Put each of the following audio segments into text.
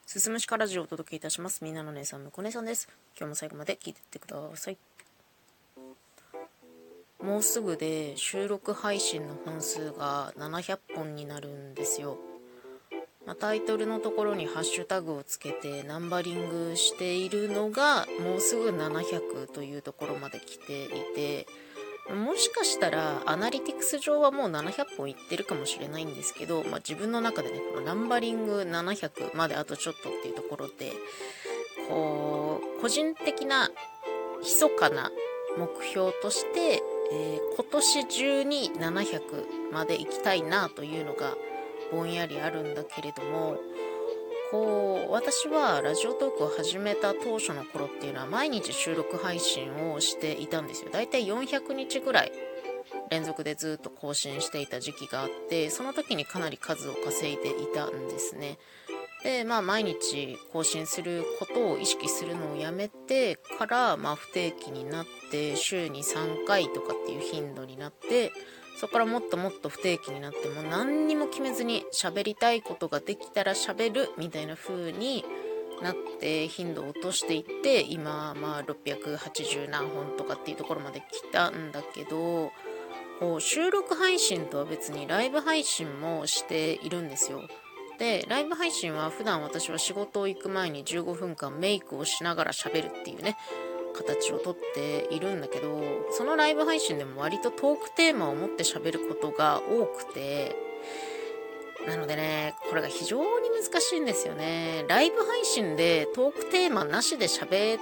すすむしかラジオをお届けいたします。みんなの姉さん、むこ姉さんです。今日も最後まで聞いてってください。もうすぐで収録配信の本数が700本になるんですよ。タイトルのところにハッシュタグをつけてナンバリングしているのがもうすぐ700というところまで来ていて、もしかしたらアナリティクス上はもう700本いってるかもしれないんですけど、自分の中でね、このナンバリング700まであとちょっとっていうところで、個人的な密かな目標として、今年中に700まで行きたいなというのがぼんやりあるんだけれども、私はラジオトークを始めた当初の頃っていうのは毎日収録配信をしていたんですよ。だいたい400日ぐらい連続でずっと更新していた時期があって、その時にかなり数を稼いでいたんですね。で、毎日更新することを意識するのをやめてから、不定期になって週に3回とかっていう頻度になって、そこからもっともっと不定期になって、もう何にも決めずに喋りたいことができたら喋るみたいな風になって頻度を落としていって、今680何本とかっていうところまで来たんだけど、収録配信とは別にライブ配信もしているんですよ。で、ライブ配信は普段私は仕事を行く前に15分間メイクをしながら喋るっていうね、形をとっているんだけど、そのライブ配信でも割とトークテーマを持って喋ることが多くて、なのでね、これが非常に難しいんですよね。ライブ配信でトークテーマなしで喋って、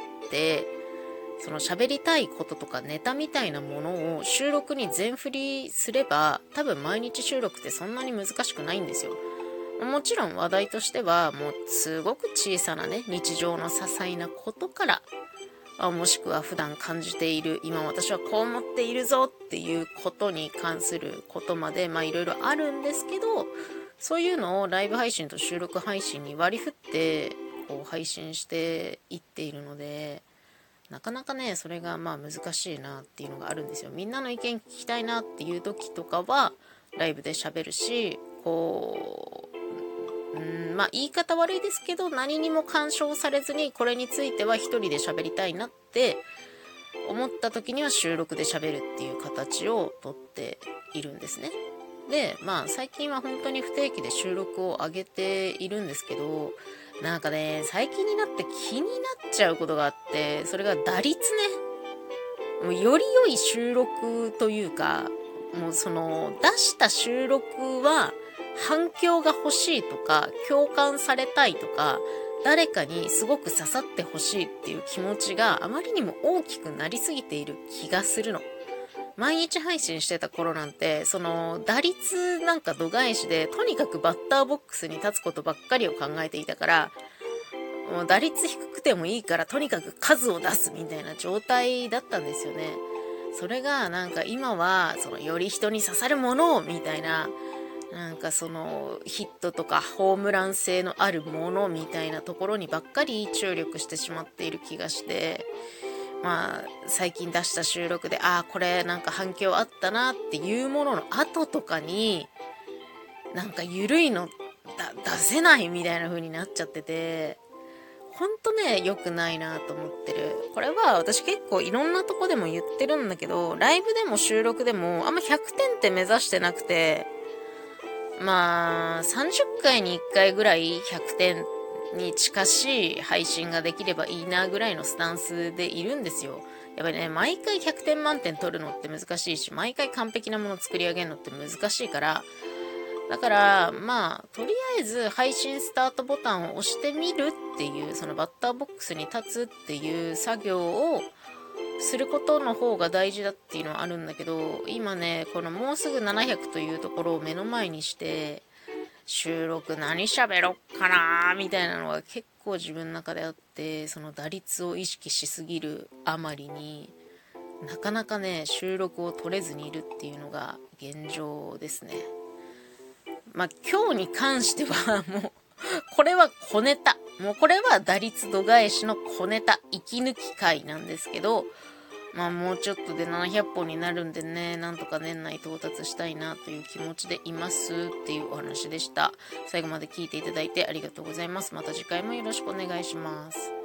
その喋りたいこととかネタみたいなものを収録に全振りすれば、多分毎日収録ってそんなに難しくないんですよ。もちろん話題としてはもうすごく小さなね、日常の些細なことから、もしくは普段感じている、今私はこう思っているぞっていうことに関することまで、いろいろあるんですけど、そういうのをライブ配信と収録配信に割り振って配信していっているので、なかなかね、それが難しいなっていうのがあるんですよ。みんなの意見聞きたいなっていう時とかはライブで喋るし、言い方悪いですけど、何にも干渉されずにこれについては一人で喋りたいなって思った時には収録で喋るっていう形をとっているんですね。で、最近は本当に不定期で収録を上げているんですけど、なんかね、最近になって気になっちゃうことがあって、それが打率ね。もうより良い収録というか、もうその出した収録は反響が欲しいとか、共感されたいとか、誰かにすごく刺さってほしいっていう気持ちがあまりにも大きくなりすぎている気がするの。毎日配信してた頃なんて、その打率なんか度外視で、とにかくバッターボックスに立つことばっかりを考えていたから、もう打率低くてもいいからとにかく数を出すみたいな状態だったんですよね。それがなんか今はそのより人に刺さるものをみたいな、なんかそのヒットとかホームラン性のあるものみたいなところにばっかり注力してしまっている気がして、最近出した収録でこれなんか反響あったなっていうものの後とかになんか緩いの出せないみたいな風になっちゃってて、ほんとね、良くないなと思ってる。これは私結構いろんなとこでも言ってるんだけど、ライブでも収録でもあんま100点って目指してなくて、30回に1回ぐらい100点に近しい配信ができればいいなぐらいのスタンスでいるんですよ。やっぱりね、毎回100点満点取るのって難しいし、毎回完璧なものを作り上げるのって難しいから、だからとりあえず配信スタートボタンを押してみるっていう、そのバッターボックスに立つっていう作業をすることの方が大事だっていうのはあるんだけど、今ね、このもうすぐ700というところを目の前にして、収録何喋ろっかなみたいなのが結構自分の中であって、その打率を意識しすぎるあまりになかなかね、収録を取れずにいるっていうのが現状ですね。今日に関してはもうこれは小ネタ、もうこれは打率度外視の小ネタ、息抜き回なんですけど、 もうちょっとで700本になるんでね、なんとか年内到達したいなという気持ちでいますっていうお話でした。最後まで聞いていただいてありがとうございます。また次回もよろしくお願いします。